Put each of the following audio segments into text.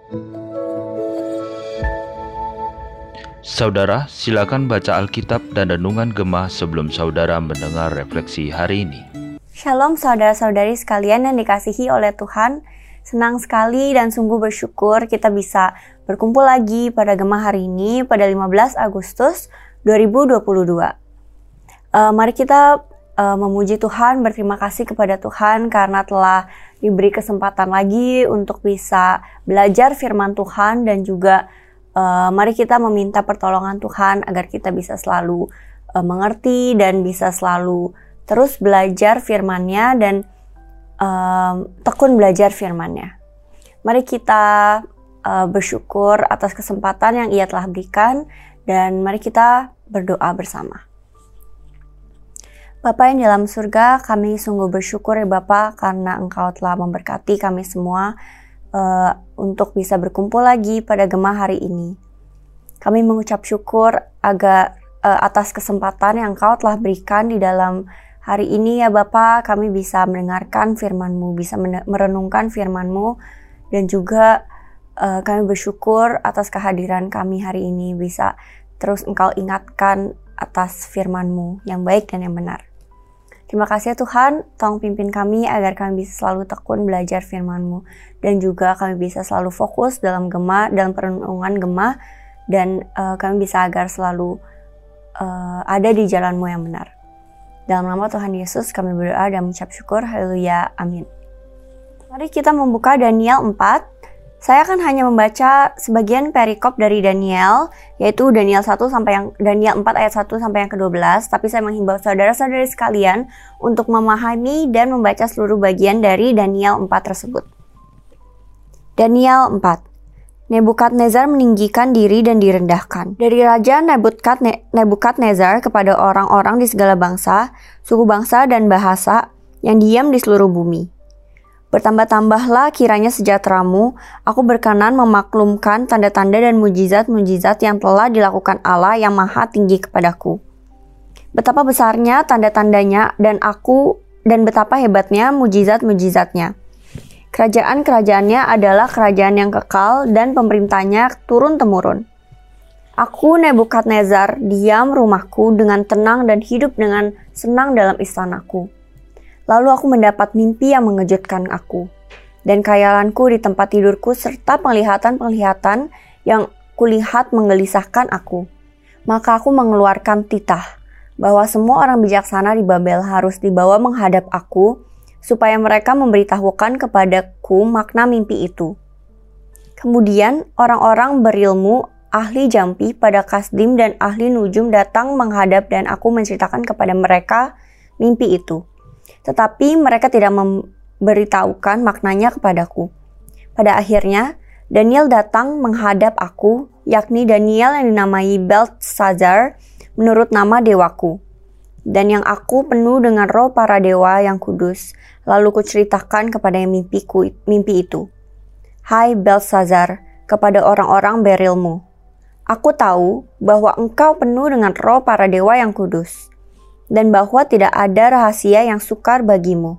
Saudara, silakan baca Alkitab dan Renungan Gemah sebelum saudara mendengar refleksi hari ini. Shalom saudara-saudari sekalian yang dikasihi oleh Tuhan. Senang sekali dan sungguh bersyukur kita bisa berkumpul lagi pada Gemah hari ini pada 15 Agustus 2022. Mari kita memuji Tuhan, berterima kasih kepada Tuhan karena telah diberi kesempatan lagi untuk bisa belajar firman Tuhan, dan juga mari kita meminta pertolongan Tuhan agar kita bisa selalu mengerti dan bisa selalu terus belajar firman-Nya dan tekun belajar firman-Nya. Mari kita bersyukur atas kesempatan yang Ia telah berikan, dan mari kita berdoa bersama. Bapa yang di dalam surga, kami sungguh bersyukur ya Bapa, karena Engkau telah memberkati kami semua untuk bisa berkumpul lagi pada Gemah hari ini. Kami mengucap syukur atas kesempatan yang Engkau telah berikan di dalam hari ini ya Bapa. Kami bisa mendengarkan firman-Mu, bisa merenungkan firman-Mu, dan juga kami bersyukur atas kehadiran kami hari ini, bisa terus Engkau ingatkan atas firman-Mu yang baik dan yang benar. Terima kasih ya Tuhan, tolong pimpin kami agar kami bisa selalu tekun belajar firman-Mu, dan juga kami bisa selalu fokus dalam Gemah, dalam perenungan Gemah, dan kami bisa agar selalu ada di jalan-Mu yang benar. Dalam nama Tuhan Yesus kami berdoa dan mengucap syukur, haleluya, amin. Mari kita membuka Daniel 4. Saya akan hanya membaca sebagian perikop dari Daniel, yaitu Daniel 4 ayat 1 sampai yang ke-12, tapi saya menghimbau saudara-saudari sekalian untuk memahami dan membaca seluruh bagian dari Daniel 4 tersebut. Daniel 4. Nebukadnezar meninggikan diri dan direndahkan. Dari Raja Nebukadnezar kepada orang-orang di segala bangsa, suku bangsa dan bahasa yang diam di seluruh bumi. Bertambah-tambahlah kiranya sejahteramu, aku berkenan memaklumkan tanda-tanda dan mujizat-mujizat yang telah dilakukan Allah yang maha tinggi kepadaku. Betapa besarnya tanda-tandanya dan betapa hebatnya mujizat-mujizatnya. Kerajaan-kerajaannya adalah kerajaan yang kekal dan pemerintahnya turun-temurun. Aku Nebukadnezar diam rumahku dengan tenang dan hidup dengan senang dalam istanaku. Lalu aku mendapat mimpi yang mengejutkan aku, dan khayalanku di tempat tidurku serta penglihatan-penglihatan yang kulihat menggelisahkan aku. Maka aku mengeluarkan titah bahwa semua orang bijaksana di Babel harus dibawa menghadap aku, supaya mereka memberitahukan kepadaku makna mimpi itu. Kemudian orang-orang berilmu, ahli jampi pada Kasdim dan ahli nujum datang menghadap, dan aku menceritakan kepada mereka mimpi itu. Tetapi mereka tidak memberitahukan maknanya kepadaku. Pada akhirnya, Daniel datang menghadap aku, yakni Daniel yang dinamai Belteshazzar menurut nama dewaku. Dan yang aku penuh dengan roh para dewa yang kudus, lalu kuceritakan kepada mimpi itu. Hai Belteshazzar, kepada orang-orang berilmu. Aku tahu bahwa engkau penuh dengan roh para dewa yang kudus, dan bahwa tidak ada rahasia yang sukar bagimu.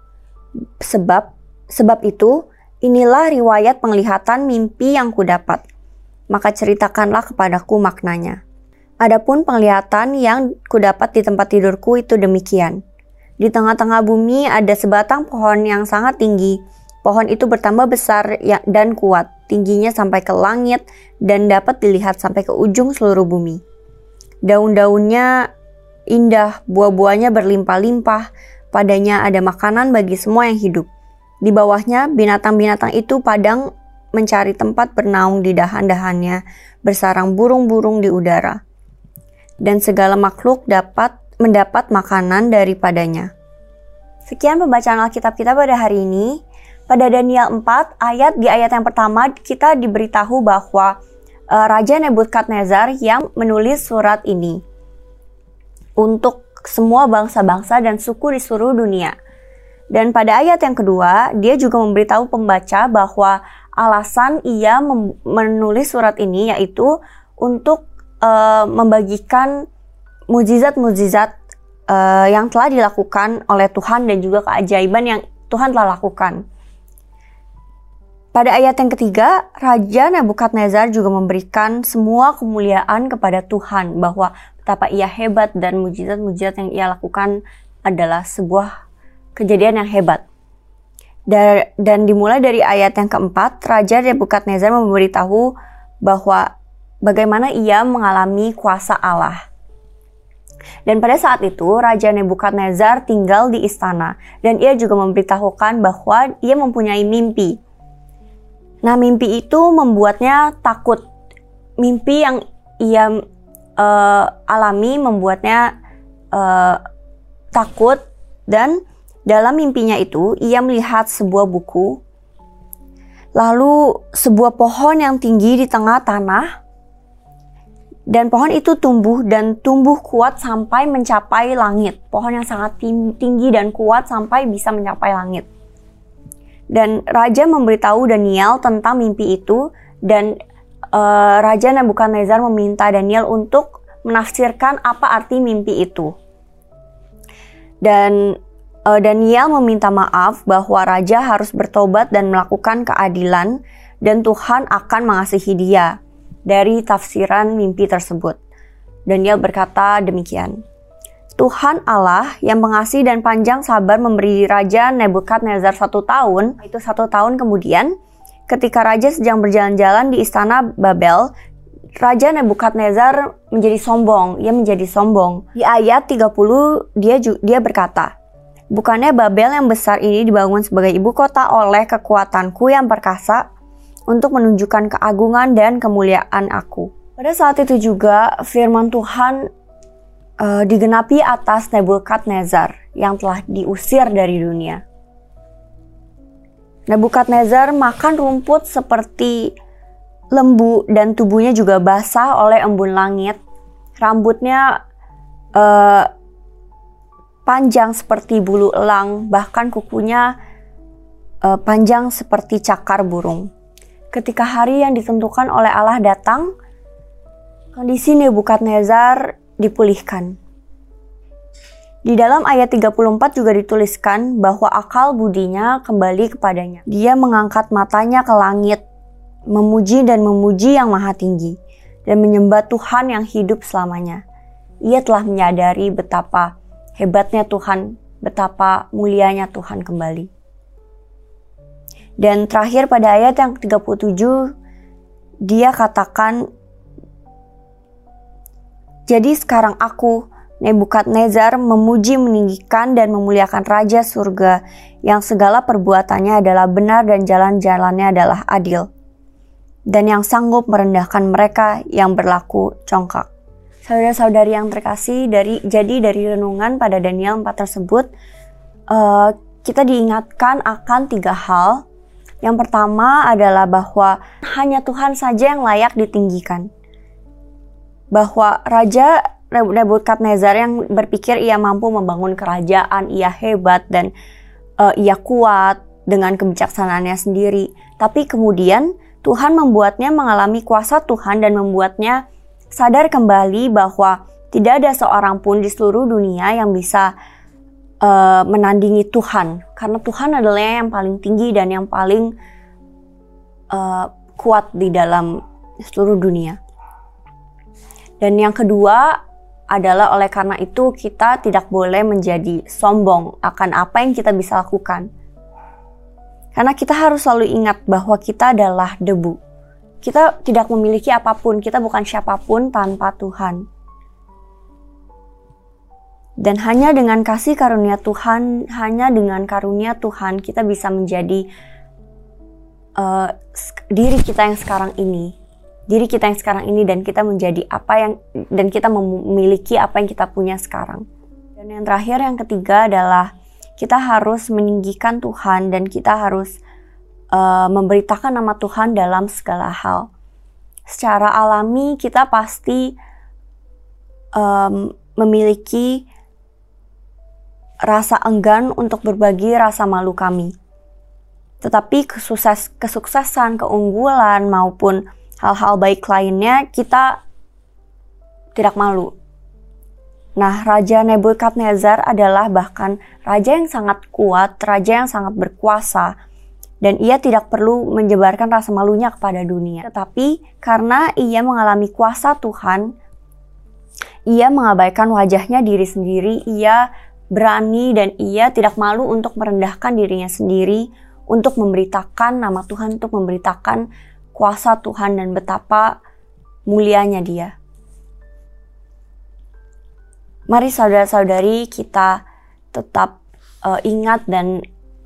Sebab itu, inilah riwayat penglihatan mimpi yang kudapat. Maka ceritakanlah kepadaku maknanya. Adapun penglihatan yang kudapat di tempat tidurku itu demikian. Di tengah-tengah bumi ada sebatang pohon yang sangat tinggi. Pohon itu bertambah besar dan kuat, tingginya sampai ke langit dan dapat dilihat sampai ke ujung seluruh bumi. Daun-daunnya indah, buah-buahnya berlimpah-limpah, padanya ada makanan bagi semua yang hidup. Di bawahnya, binatang-binatang itu padang mencari tempat bernaung di dahan-dahannya, bersarang burung-burung di udara. Dan segala makhluk mendapat makanan daripadanya. Sekian pembacaan Alkitab kita pada hari ini. Pada Daniel 4, di ayat yang pertama, kita diberitahu bahwa Raja Nebukadnezar yang menulis surat ini untuk semua bangsa-bangsa dan suku di seluruh dunia. Dan pada ayat yang kedua, dia juga memberitahu pembaca bahwa alasan ia menulis surat ini yaitu untuk membagikan mujizat-mujizat yang telah dilakukan oleh Tuhan dan juga keajaiban yang Tuhan telah lakukan. Pada ayat yang ketiga, Raja Nebukadnezar juga memberikan semua kemuliaan kepada Tuhan, bahwa betapa ia hebat dan mujizat-mujizat yang ia lakukan adalah sebuah kejadian yang hebat. Dan dimulai dari ayat yang keempat, Raja Nebukadnezar memberitahu bahwa bagaimana ia mengalami kuasa Allah. Dan pada saat itu, Raja Nebukadnezar tinggal di istana, dan ia juga memberitahukan bahwa ia mempunyai mimpi. Nah, mimpi itu membuatnya takut. Mimpi yang ia alami membuatnya takut, dan dalam mimpinya itu ia melihat sebuah buku, lalu sebuah pohon yang tinggi di tengah tanah, dan pohon itu tumbuh kuat sampai mencapai langit. Pohon yang sangat tinggi dan kuat sampai bisa mencapai langit. Dan Raja memberitahu Daniel tentang mimpi itu, dan Raja Nebukadnezar meminta Daniel untuk menafsirkan apa arti mimpi itu. Dan Daniel meminta maaf bahwa Raja harus bertobat dan melakukan keadilan, dan Tuhan akan mengasihi dia dari tafsiran mimpi tersebut. Daniel berkata demikian, Tuhan Allah yang mengasihi dan panjang sabar memberi Raja Nebukadnezar 1 tahun, itu 1 tahun kemudian, ketika Raja sedang berjalan-jalan di istana Babel, Raja Nebukadnezar menjadi sombong, ia menjadi sombong. Di ayat 30 dia berkata, bukannya Babel yang besar ini dibangun sebagai ibu kota oleh kekuatanku yang perkasa untuk menunjukkan keagungan dan kemuliaan aku. Pada saat itu juga firman Tuhan digenapi atas Nebukadnezar yang telah diusir dari dunia. Nebukadnezar makan rumput seperti lembu dan tubuhnya juga basah oleh embun langit. Rambutnya panjang seperti bulu elang, bahkan kukunya panjang seperti cakar burung. Ketika hari yang ditentukan oleh Allah datang, kondisi Nebukadnezar dipulihkan. Di dalam ayat 34 juga dituliskan bahwa akal budinya kembali kepadanya. Dia mengangkat matanya ke langit, memuji Yang Maha Tinggi, dan menyembah Tuhan yang hidup selamanya. Ia telah menyadari betapa hebatnya Tuhan, betapa mulianya Tuhan kembali. Dan terakhir pada ayat yang 37, dia katakan, jadi sekarang aku, Nebukadnezar, memuji, meninggikan, dan memuliakan Raja Surga yang segala perbuatannya adalah benar dan jalan-jalannya adalah adil, dan yang sanggup merendahkan mereka yang berlaku congkak. Saudara-saudari yang terkasih, dari renungan pada Daniel 4 tersebut, kita diingatkan akan 3 hal. Yang pertama adalah bahwa hanya Tuhan saja yang layak ditinggikan. Bahwa Raja Nebukadnezar yang berpikir ia mampu membangun kerajaan, ia hebat dan ia kuat dengan kebijaksanaannya sendiri. Tapi kemudian Tuhan membuatnya mengalami kuasa Tuhan dan membuatnya sadar kembali bahwa tidak ada seorang pun di seluruh dunia yang bisa menandingi Tuhan. Karena Tuhan adalah yang paling tinggi dan yang paling kuat di dalam seluruh dunia. Dan yang kedua adalah oleh karena itu kita tidak boleh menjadi sombong akan apa yang kita bisa lakukan. Karena kita harus selalu ingat bahwa kita adalah debu. Kita tidak memiliki apapun, kita bukan siapapun tanpa Tuhan. Dan hanya dengan kasih karunia Tuhan, hanya dengan karunia Tuhan kita bisa menjadi diri kita yang sekarang ini. Diri kita yang sekarang ini, dan kita menjadi dan kita memiliki apa yang kita punya sekarang. Dan yang terakhir, yang ketiga adalah kita harus meninggikan Tuhan dan kita harus memberitakan nama Tuhan dalam segala hal. Secara alami kita pasti memiliki rasa enggan untuk berbagi rasa malu kami. Tetapi kesuksesan, keunggulan maupun hal-hal baik lainnya kita tidak malu. Nah, Raja Nebukadnezar adalah bahkan raja yang sangat kuat, raja yang sangat berkuasa, Dan ia tidak perlu menyebarkan rasa malunya kepada dunia. Tetapi karena ia mengalami kuasa Tuhan, ia mengabaikan wajahnya diri sendiri, ia berani dan ia tidak malu untuk merendahkan dirinya sendiri, untuk memberitakan nama Tuhan, untuk memberitakan kuasa Tuhan dan betapa mulianya Dia. Mari saudara-saudari kita tetap ingat dan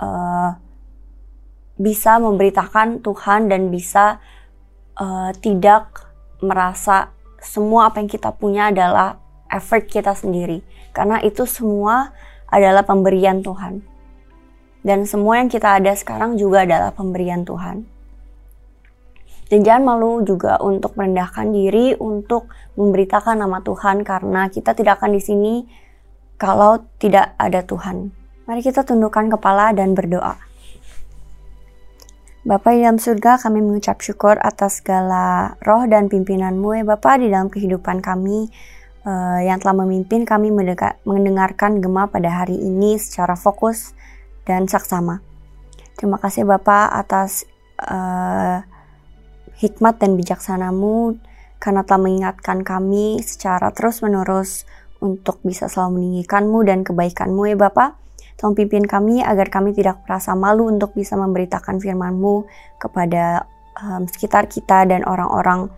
bisa memberitakan Tuhan dan bisa tidak merasa semua apa yang kita punya adalah effort kita sendiri. Karena itu semua adalah pemberian Tuhan. Dan semua yang kita ada sekarang juga adalah pemberian Tuhan. Dan jangan malu juga untuk merendahkan diri, untuk memberitakan nama Tuhan, karena kita tidak akan di sini kalau tidak ada Tuhan. Mari kita tundukkan kepala dan berdoa. Bapa di dalam surga, kami mengucap syukur atas segala roh dan pimpinan-Mu ya Bapa di dalam kehidupan kami yang telah memimpin kami mendengarkan gema pada hari ini secara fokus dan saksama. Terima kasih Bapa atas hikmat dan bijaksana-Mu karena telah mengingatkan kami secara terus-menerus untuk bisa selalu meninggikan-Mu dan kebaikan-Mu ya Bapa. Tolong pimpin kami agar kami tidak merasa malu untuk bisa memberitakan firman-Mu kepada sekitar kita dan orang-orang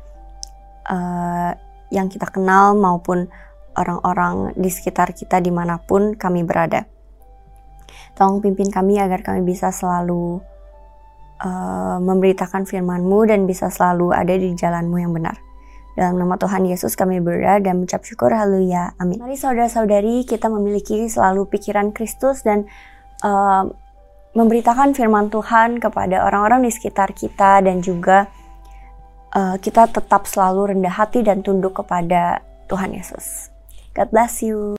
yang kita kenal maupun orang-orang di sekitar kita dimanapun kami berada. Tolong pimpin kami agar kami bisa selalu memberitakan firman-Mu dan bisa selalu ada di jalan-Mu yang benar. Dalam nama Tuhan Yesus kami berdoa dan mengucap syukur, haleluya, amin. Mari saudara-saudari kita memiliki selalu pikiran Kristus dan memberitakan firman Tuhan kepada orang-orang di sekitar kita, dan juga kita tetap selalu rendah hati dan tunduk kepada Tuhan Yesus. God bless you.